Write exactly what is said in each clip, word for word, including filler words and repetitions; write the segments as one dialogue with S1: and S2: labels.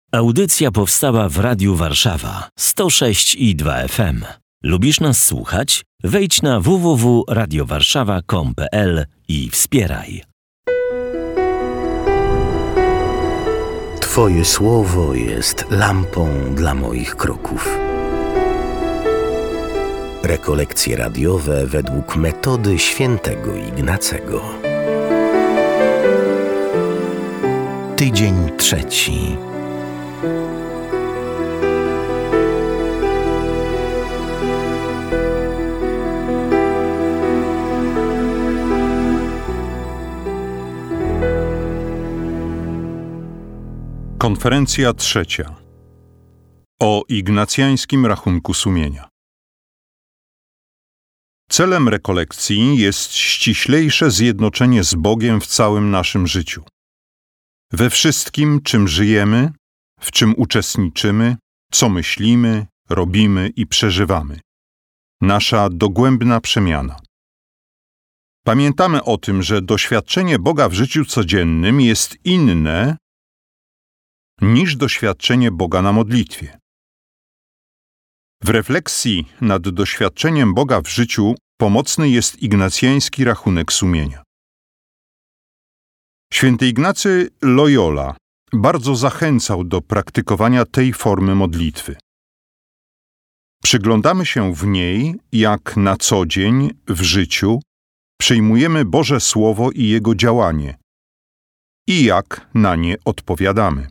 S1: Audycja powstała w Radiu Warszawa sto sześć i dwa F M. Lubisz nas słuchać? Wejdź na w w w kropka radio warszawa kropka com kropka p l i wspieraj.
S2: Twoje słowo jest lampą dla moich kroków. Rekolekcje radiowe według metody świętego Ignacego. Tydzień trzeci.
S3: Konferencja trzecia. O ignacjańskim rachunku sumienia. Celem rekolekcji jest ściślejsze zjednoczenie z Bogiem w całym naszym życiu. We wszystkim, czym żyjemy, w czym uczestniczymy, co myślimy, robimy i przeżywamy. Nasza dogłębna przemiana. Pamiętamy o tym, że doświadczenie Boga w życiu codziennym jest inne niż doświadczenie Boga na modlitwie. W refleksji nad doświadczeniem Boga w życiu pomocny jest ignacjański rachunek sumienia. Święty Ignacy Loyola bardzo zachęcał do praktykowania tej formy modlitwy. Przyglądamy się w niej, jak na co dzień w życiu przyjmujemy Boże Słowo i Jego działanie i jak na nie odpowiadamy.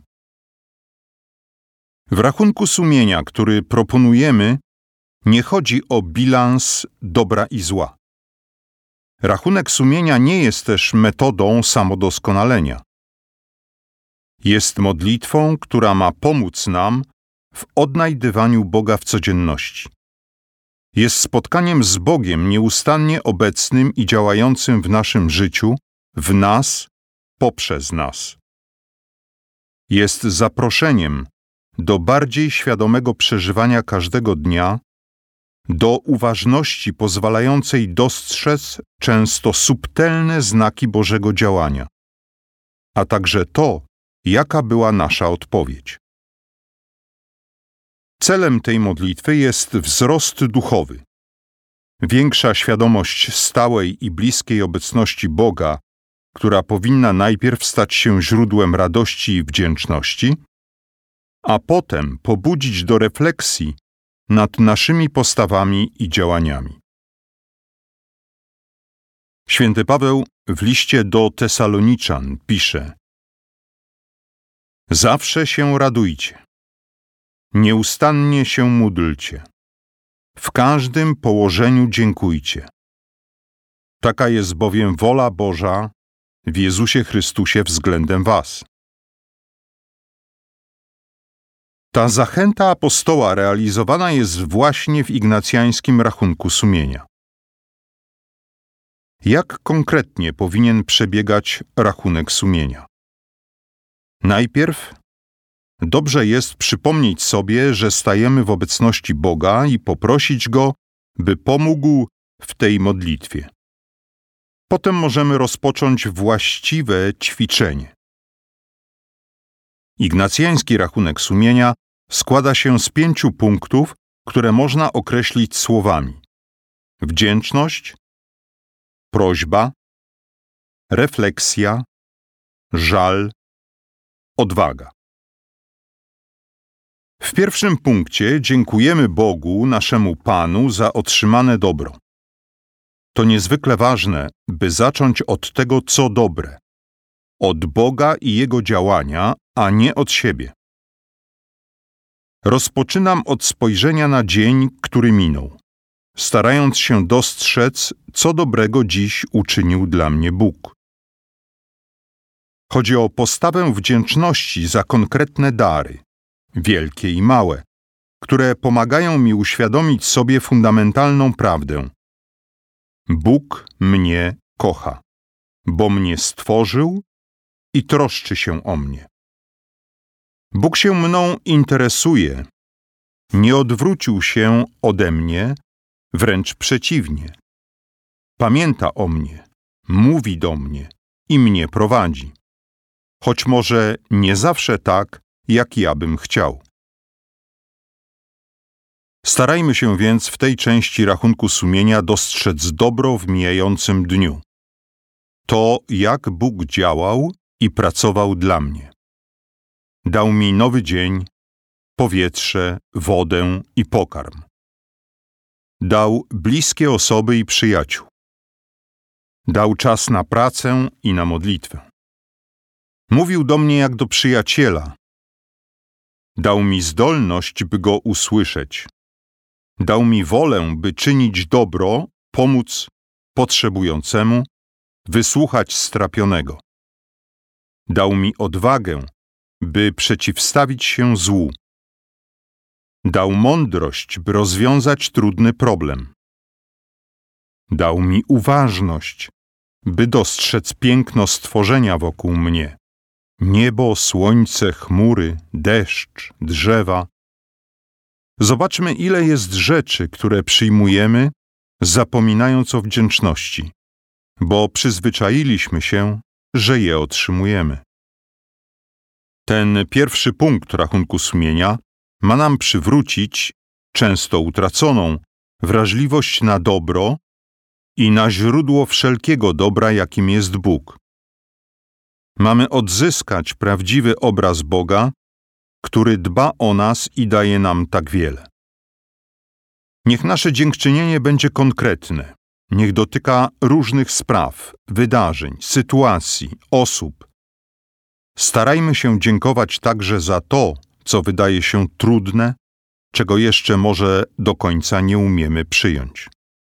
S3: W rachunku sumienia, który proponujemy, nie chodzi o bilans dobra i zła. Rachunek sumienia nie jest też metodą samodoskonalenia. Jest modlitwą, która ma pomóc nam w odnajdywaniu Boga w codzienności. Jest spotkaniem z Bogiem nieustannie obecnym i działającym w naszym życiu, w nas, poprzez nas. Jest zaproszeniem do bardziej świadomego przeżywania każdego dnia, do uważności pozwalającej dostrzec często subtelne znaki Bożego działania, a także to, jaka była nasza odpowiedź. Celem tej modlitwy jest wzrost duchowy, większa świadomość stałej i bliskiej obecności Boga, która powinna najpierw stać się źródłem radości i wdzięczności, a potem pobudzić do refleksji nad naszymi postawami i działaniami. Święty Paweł w liście do Tesaloniczan pisze: Zawsze się radujcie, nieustannie się módlcie, w każdym położeniu dziękujcie. Taka jest bowiem wola Boża w Jezusie Chrystusie względem was. Ta zachęta apostoła realizowana jest właśnie w ignacjańskim rachunku sumienia. Jak konkretnie powinien przebiegać rachunek sumienia? Najpierw dobrze jest przypomnieć sobie, że stajemy w obecności Boga i poprosić Go, by pomógł w tej modlitwie. Potem możemy rozpocząć właściwe ćwiczenie. Ignacjański rachunek sumienia składa się z pięciu punktów, które można określić słowami: wdzięczność, prośba, refleksja, żal, odwaga. W pierwszym punkcie dziękujemy Bogu, naszemu Panu, za otrzymane dobro. To niezwykle ważne, by zacząć od tego, co dobre, od Boga i Jego działania, a nie od siebie. Rozpoczynam od spojrzenia na dzień, który minął, starając się dostrzec, co dobrego dziś uczynił dla mnie Bóg. Chodzi o postawę wdzięczności za konkretne dary, wielkie i małe, które pomagają mi uświadomić sobie fundamentalną prawdę. Bóg mnie kocha, bo mnie stworzył i troszczy się o mnie. Bóg się mną interesuje, nie odwrócił się ode mnie, wręcz przeciwnie. Pamięta o mnie, mówi do mnie i mnie prowadzi. Choć może nie zawsze tak, jak ja bym chciał. Starajmy się więc w tej części rachunku sumienia dostrzec dobro w mijającym dniu. To, jak Bóg działał i pracował dla mnie. Dał mi nowy dzień, powietrze, wodę i pokarm. Dał bliskie osoby i przyjaciół. Dał czas na pracę i na modlitwę. Mówił do mnie jak do przyjaciela. Dał mi zdolność, by Go usłyszeć. Dał mi wolę, by czynić dobro, pomóc potrzebującemu, wysłuchać strapionego. Dał mi odwagę, by przeciwstawić się złu. Dał mądrość, by rozwiązać trudny problem. Dał mi uważność, by dostrzec piękno stworzenia wokół mnie. Niebo, słońce, chmury, deszcz, drzewa. Zobaczmy, ile jest rzeczy, które przyjmujemy, zapominając o wdzięczności, bo przyzwyczailiśmy się, że je otrzymujemy. Ten pierwszy punkt rachunku sumienia ma nam przywrócić często utraconą wrażliwość na dobro i na źródło wszelkiego dobra, jakim jest Bóg. Mamy odzyskać prawdziwy obraz Boga, który dba o nas i daje nam tak wiele. Niech nasze dziękczynienie będzie konkretne. Niech dotyka różnych spraw, wydarzeń, sytuacji, osób. Starajmy się dziękować także za to, co wydaje się trudne, czego jeszcze może do końca nie umiemy przyjąć.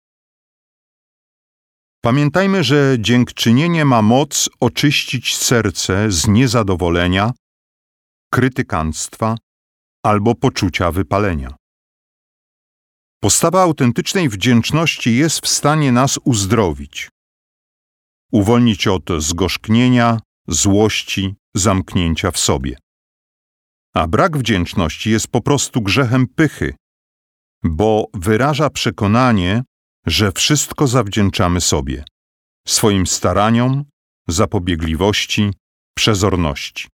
S3: Pamiętajmy, że dziękczynienie ma moc oczyścić serce z niezadowolenia, krytykanstwa albo poczucia wypalenia. Postawa autentycznej wdzięczności jest w stanie nas uzdrowić, uwolnić od zgorzknienia, złości, zamknięcia w sobie. A brak wdzięczności jest po prostu grzechem pychy, bo wyraża przekonanie, że wszystko zawdzięczamy sobie, swoim staraniom, zapobiegliwości, przezorności.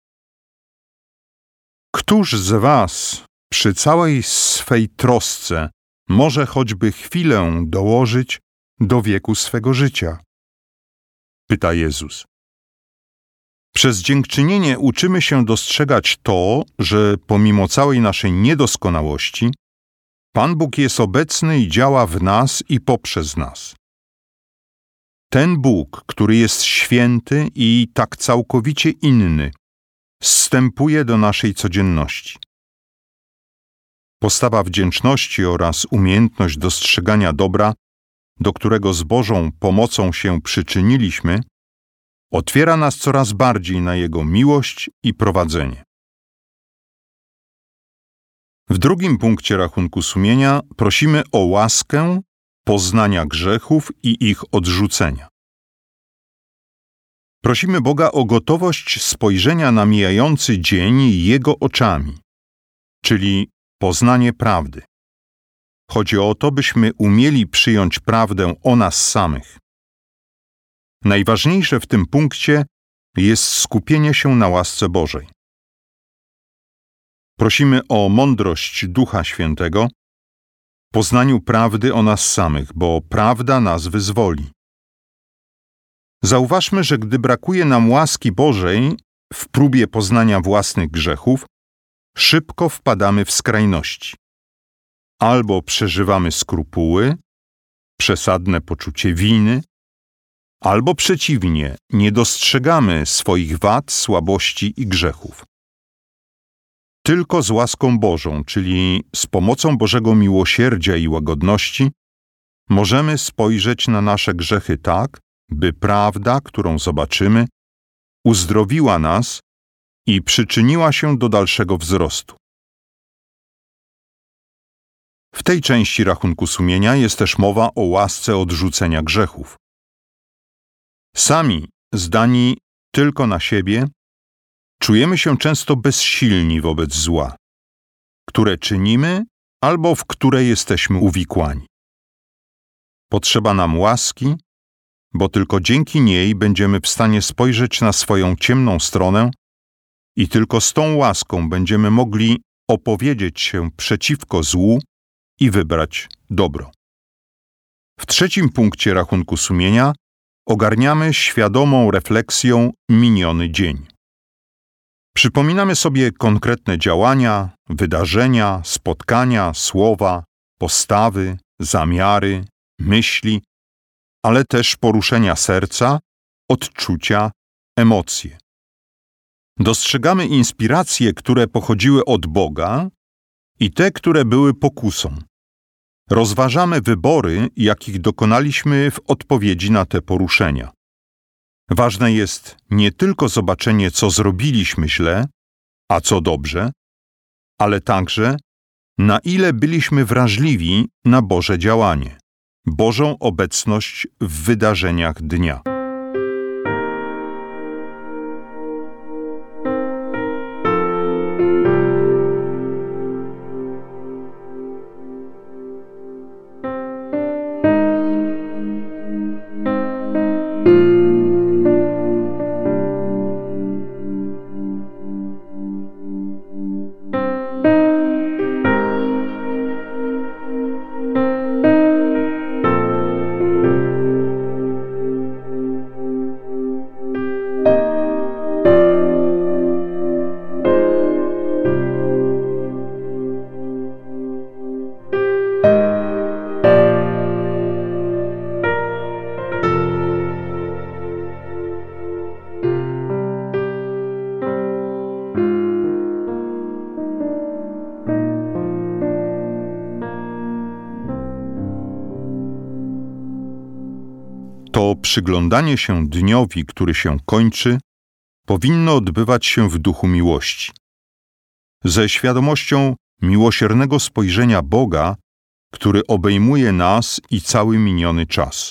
S3: Któż z was przy całej swej trosce może choćby chwilę dołożyć do wieku swego życia? Pyta Jezus. Przez dziękczynienie uczymy się dostrzegać to, że pomimo całej naszej niedoskonałości, Pan Bóg jest obecny i działa w nas i poprzez nas. Ten Bóg, który jest święty i tak całkowicie inny, zstępuje do naszej codzienności. Postawa wdzięczności oraz umiejętność dostrzegania dobra, do którego z Bożą pomocą się przyczyniliśmy, otwiera nas coraz bardziej na Jego miłość i prowadzenie. W drugim punkcie rachunku sumienia prosimy o łaskę poznania grzechów i ich odrzucenia. Prosimy Boga o gotowość spojrzenia na mijający dzień Jego oczami, czyli poznanie prawdy. Chodzi o to, byśmy umieli przyjąć prawdę o nas samych. Najważniejsze w tym punkcie jest skupienie się na łasce Bożej. Prosimy o mądrość Ducha Świętego, poznaniu prawdy o nas samych, bo prawda nas wyzwoli. Zauważmy, że gdy brakuje nam łaski Bożej w próbie poznania własnych grzechów, szybko wpadamy w skrajności. Albo przeżywamy skrupuły, przesadne poczucie winy, albo przeciwnie, nie dostrzegamy swoich wad, słabości i grzechów. Tylko z łaską Bożą, czyli z pomocą Bożego miłosierdzia i łagodności, możemy spojrzeć na nasze grzechy tak, by prawda, którą zobaczymy, uzdrowiła nas i przyczyniła się do dalszego wzrostu. W tej części rachunku sumienia jest też mowa o łasce odrzucenia grzechów. Sami, zdani tylko na siebie, czujemy się często bezsilni wobec zła, które czynimy albo w które jesteśmy uwikłani. Potrzeba nam łaski, bo tylko dzięki niej będziemy w stanie spojrzeć na swoją ciemną stronę i tylko z tą łaską będziemy mogli opowiedzieć się przeciwko złu i wybrać dobro. W trzecim punkcie rachunku sumienia ogarniamy świadomą refleksją miniony dzień. Przypominamy sobie konkretne działania, wydarzenia, spotkania, słowa, postawy, zamiary, myśli, ale też poruszenia serca, odczucia, emocje. Dostrzegamy inspiracje, które pochodziły od Boga i te, które były pokusą. Rozważamy wybory, jakich dokonaliśmy w odpowiedzi na te poruszenia. Ważne jest nie tylko zobaczenie, co zrobiliśmy źle, a co dobrze, ale także, na ile byliśmy wrażliwi na Boże działanie, Bożą obecność w wydarzeniach dnia. To przyglądanie się dniowi, który się kończy, powinno odbywać się w duchu miłości. Ze świadomością miłosiernego spojrzenia Boga, który obejmuje nas i cały miniony czas.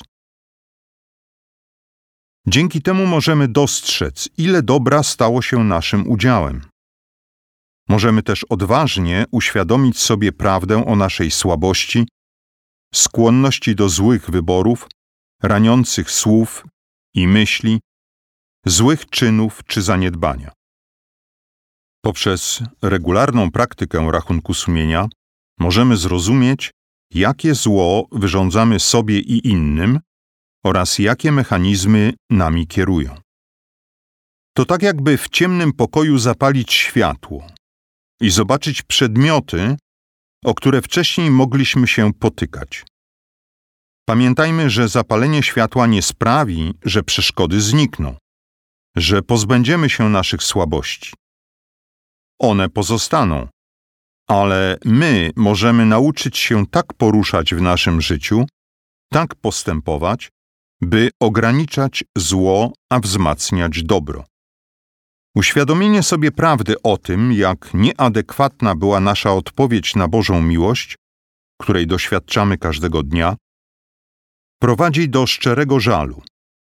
S3: Dzięki temu możemy dostrzec, ile dobra stało się naszym udziałem. Możemy też odważnie uświadomić sobie prawdę o naszej słabości, skłonności do złych wyborów, raniących słów i myśli, złych czynów czy zaniedbania. Poprzez regularną praktykę rachunku sumienia możemy zrozumieć, jakie zło wyrządzamy sobie i innym oraz jakie mechanizmy nami kierują. To tak jakby w ciemnym pokoju zapalić światło i zobaczyć przedmioty, o które wcześniej mogliśmy się potykać. Pamiętajmy, że zapalenie światła nie sprawi, że przeszkody znikną, że pozbędziemy się naszych słabości. One pozostaną, ale my możemy nauczyć się tak poruszać w naszym życiu, tak postępować, by ograniczać zło, a wzmacniać dobro. Uświadomienie sobie prawdy o tym, jak nieadekwatna była nasza odpowiedź na Bożą miłość, której doświadczamy każdego dnia, prowadzi do szczerego żalu.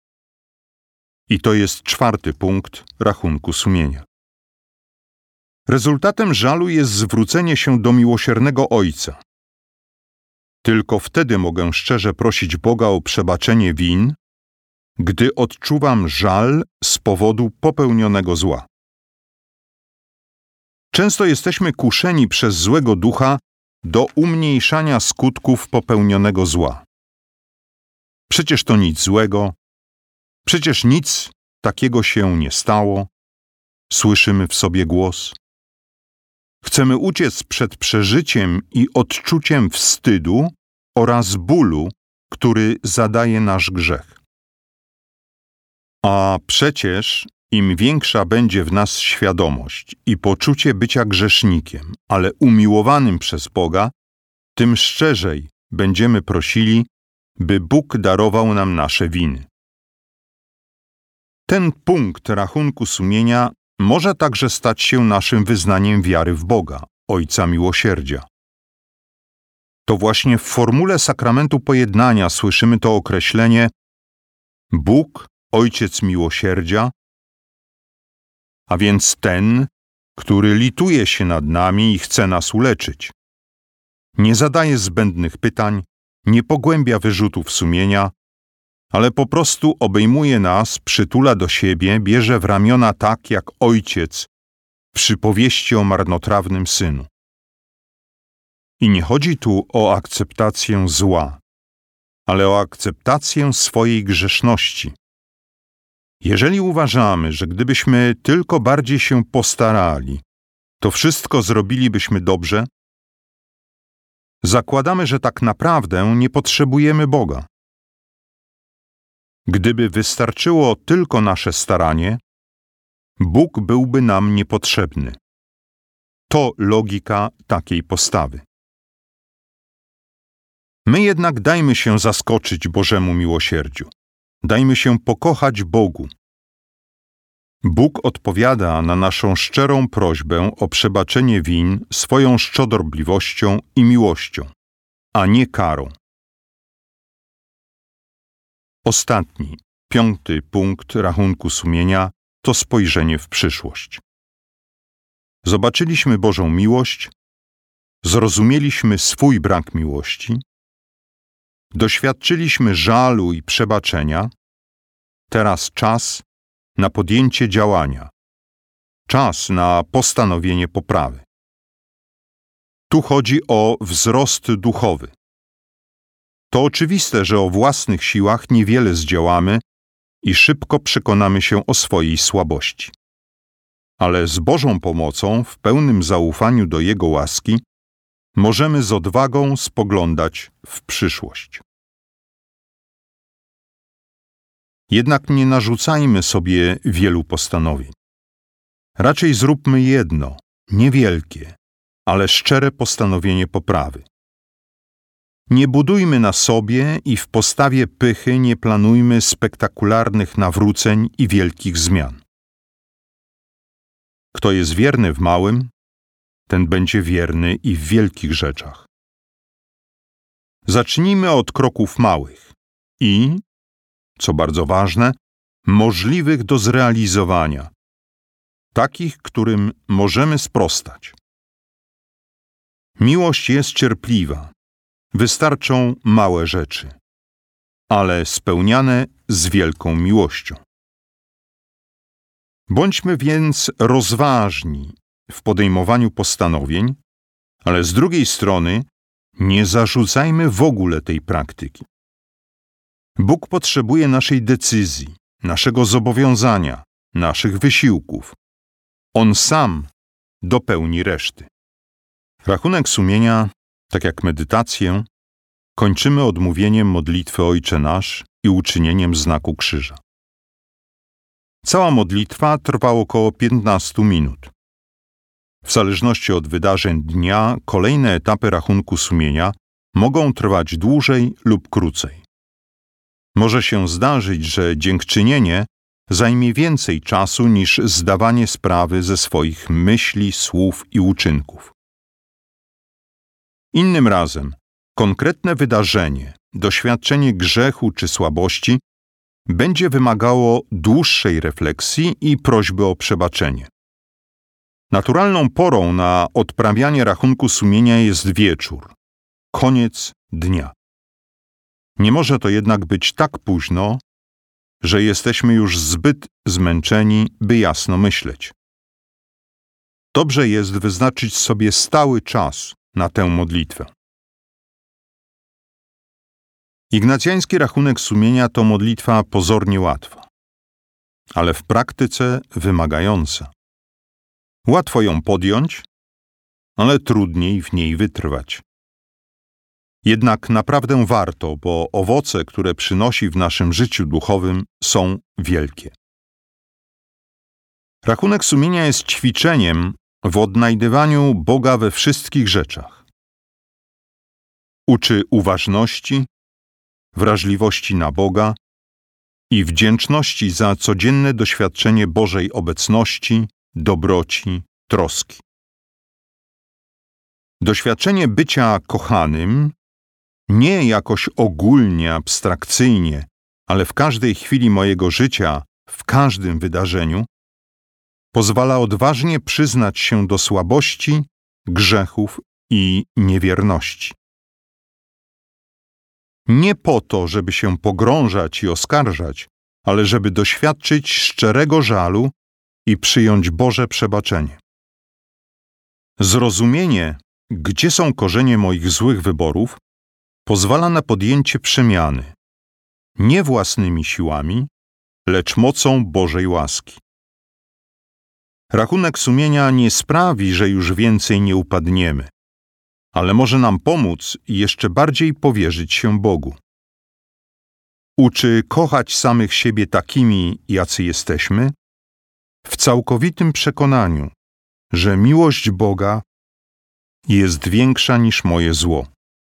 S3: I to jest czwarty punkt rachunku sumienia. Rezultatem żalu jest zwrócenie się do miłosiernego Ojca. Tylko wtedy mogę szczerze prosić Boga o przebaczenie win, gdy odczuwam żal z powodu popełnionego zła. Często jesteśmy kuszeni przez złego ducha do umniejszania skutków popełnionego zła. Przecież to nic złego, przecież nic takiego się nie stało. Słyszymy w sobie głos. Chcemy uciec przed przeżyciem i odczuciem wstydu oraz bólu, który zadaje nasz grzech. A przecież im większa będzie w nas świadomość i poczucie bycia grzesznikiem, ale umiłowanym przez Boga, tym szczerzej będziemy prosili, by Bóg darował nam nasze winy. Ten punkt rachunku sumienia może także stać się naszym wyznaniem wiary w Boga, Ojca Miłosierdzia. To właśnie w formule sakramentu pojednania słyszymy to określenie Bóg, Ojciec Miłosierdzia, a więc ten, który lituje się nad nami i chce nas uleczyć. Nie zadaje zbędnych pytań, nie pogłębia wyrzutów sumienia, ale po prostu obejmuje nas, przytula do siebie, bierze w ramiona tak jak ojciec, przypowieści o marnotrawnym synu. I nie chodzi tu o akceptację zła, ale o akceptację swojej grzeszności. Jeżeli uważamy, że gdybyśmy tylko bardziej się postarali, to wszystko zrobilibyśmy dobrze, zakładamy, że tak naprawdę nie potrzebujemy Boga. Gdyby wystarczyło tylko nasze staranie, Bóg byłby nam niepotrzebny. To logika takiej postawy. My jednak dajmy się zaskoczyć Bożemu miłosierdziu. Dajmy się pokochać Bogu. Bóg odpowiada na naszą szczerą prośbę o przebaczenie win swoją szczodrobliwością i miłością, a nie karą. Ostatni, piąty punkt rachunku sumienia to spojrzenie w przyszłość. Zobaczyliśmy Bożą miłość, zrozumieliśmy swój brak miłości, doświadczyliśmy żalu i przebaczenia, teraz czas na podjęcie działania, czas na postanowienie poprawy. Tu chodzi o wzrost duchowy. To oczywiste, że o własnych siłach niewiele zdziałamy i szybko przekonamy się o swojej słabości. Ale z Bożą pomocą, w pełnym zaufaniu do Jego łaski, możemy z odwagą spoglądać w przyszłość. Jednak nie narzucajmy sobie wielu postanowień. Raczej zróbmy jedno, niewielkie, ale szczere postanowienie poprawy. Nie budujmy na sobie i w postawie pychy nie planujmy spektakularnych nawróceń i wielkich zmian. Kto jest wierny w małym, ten będzie wierny i w wielkich rzeczach. Zacznijmy od kroków małych i, co bardzo ważne, możliwych do zrealizowania, takich, którym możemy sprostać. Miłość jest cierpliwa, wystarczą małe rzeczy, ale spełniane z wielką miłością. Bądźmy więc rozważni w podejmowaniu postanowień, ale z drugiej strony nie zarzucajmy w ogóle tej praktyki. Bóg potrzebuje naszej decyzji, naszego zobowiązania, naszych wysiłków. On sam dopełni reszty. Rachunek sumienia, tak jak medytację, kończymy odmówieniem modlitwy Ojcze Nasz i uczynieniem znaku krzyża. Cała modlitwa trwa około piętnaście minut. W zależności od wydarzeń dnia, kolejne etapy rachunku sumienia mogą trwać dłużej lub krócej. Może się zdarzyć, że dziękczynienie zajmie więcej czasu niż zdawanie sprawy ze swoich myśli, słów i uczynków. Innym razem konkretne wydarzenie, doświadczenie grzechu czy słabości będzie wymagało dłuższej refleksji i prośby o przebaczenie. Naturalną porą na odprawianie rachunku sumienia jest wieczór, koniec dnia. Nie może to jednak być tak późno, że jesteśmy już zbyt zmęczeni, by jasno myśleć. Dobrze jest wyznaczyć sobie stały czas na tę modlitwę. Ignacjański rachunek sumienia to modlitwa pozornie łatwa, ale w praktyce wymagająca. Łatwo ją podjąć, ale trudniej w niej wytrwać. Jednak naprawdę warto, bo owoce, które przynosi w naszym życiu duchowym, są wielkie. Rachunek sumienia jest ćwiczeniem w odnajdywaniu Boga we wszystkich rzeczach. Uczy uważności, wrażliwości na Boga i wdzięczności za codzienne doświadczenie Bożej obecności, dobroci, troski. Doświadczenie bycia kochanym nie jakoś ogólnie, abstrakcyjnie, ale w każdej chwili mojego życia, w każdym wydarzeniu, pozwala odważnie przyznać się do słabości, grzechów i niewierności. Nie po to, żeby się pogrążać i oskarżać, ale żeby doświadczyć szczerego żalu i przyjąć Boże przebaczenie. Zrozumienie, gdzie są korzenie moich złych wyborów, pozwala na podjęcie przemiany, nie własnymi siłami, lecz mocą Bożej łaski. Rachunek sumienia nie sprawi, że już więcej nie upadniemy, ale może nam pomóc i jeszcze bardziej powierzyć się Bogu. Uczy kochać samych siebie takimi, jacy jesteśmy, w całkowitym przekonaniu, że miłość Boga jest większa niż moje zło.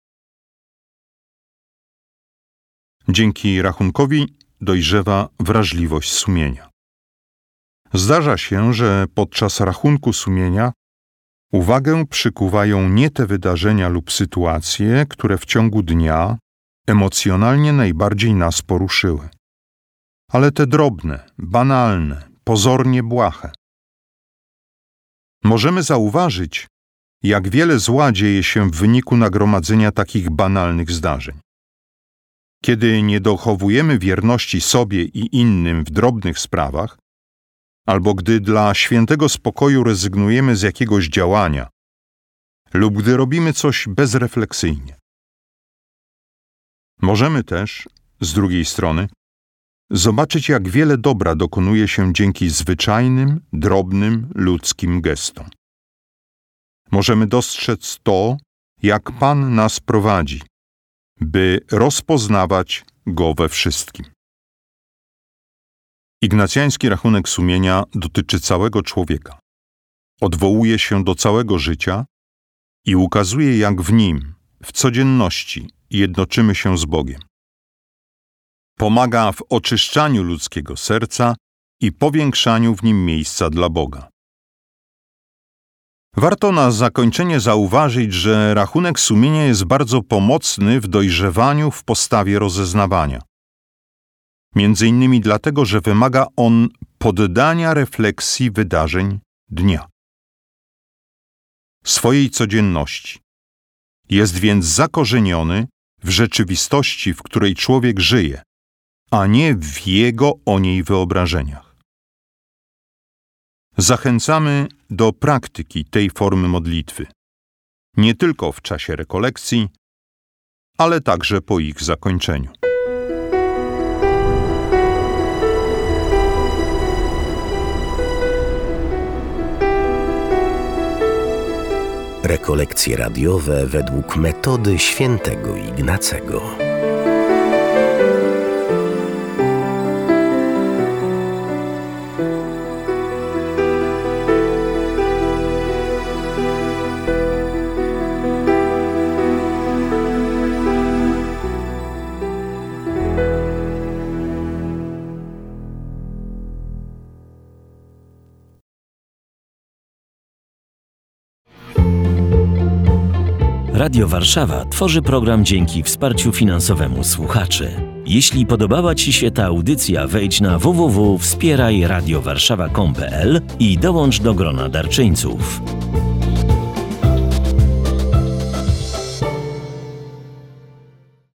S3: Dzięki rachunkowi dojrzewa wrażliwość sumienia. Zdarza się, że podczas rachunku sumienia uwagę przykuwają nie te wydarzenia lub sytuacje, które w ciągu dnia emocjonalnie najbardziej nas poruszyły, ale te drobne, banalne, pozornie błahe. Możemy zauważyć, jak wiele zła dzieje się w wyniku nagromadzenia takich banalnych zdarzeń. Kiedy nie dochowujemy wierności sobie i innym w drobnych sprawach, albo gdy dla świętego spokoju rezygnujemy z jakiegoś działania, lub gdy robimy coś bezrefleksyjnie. Możemy też, z drugiej strony, zobaczyć, jak wiele dobra dokonuje się dzięki zwyczajnym, drobnym, ludzkim gestom. Możemy dostrzec to, jak Pan nas prowadzi, by rozpoznawać Go we wszystkim. Ignacjański rachunek sumienia dotyczy całego człowieka. Odwołuje się do całego życia i ukazuje, jak w nim, w codzienności, jednoczymy się z Bogiem. Pomaga w oczyszczaniu ludzkiego serca i powiększaniu w nim miejsca dla Boga. Warto na zakończenie zauważyć, że rachunek sumienia jest bardzo pomocny w dojrzewaniu w postawie rozeznawania. Między innymi dlatego, że wymaga on poddania refleksji wydarzeń dnia. Swojej codzienności. Jest więc zakorzeniony w rzeczywistości, w której człowiek żyje, a nie w jego o niej wyobrażeniach. Zachęcamy do praktyki tej formy modlitwy, nie tylko w czasie rekolekcji, ale także po ich zakończeniu.
S2: Rekolekcje radiowe według metody świętego Ignacego.
S1: Radio Warszawa tworzy program dzięki wsparciu finansowemu słuchaczy. Jeśli podobała Ci się ta audycja, wejdź na w w w kropka wspieraj radio warszawa kropka com kropka p l i dołącz do grona darczyńców.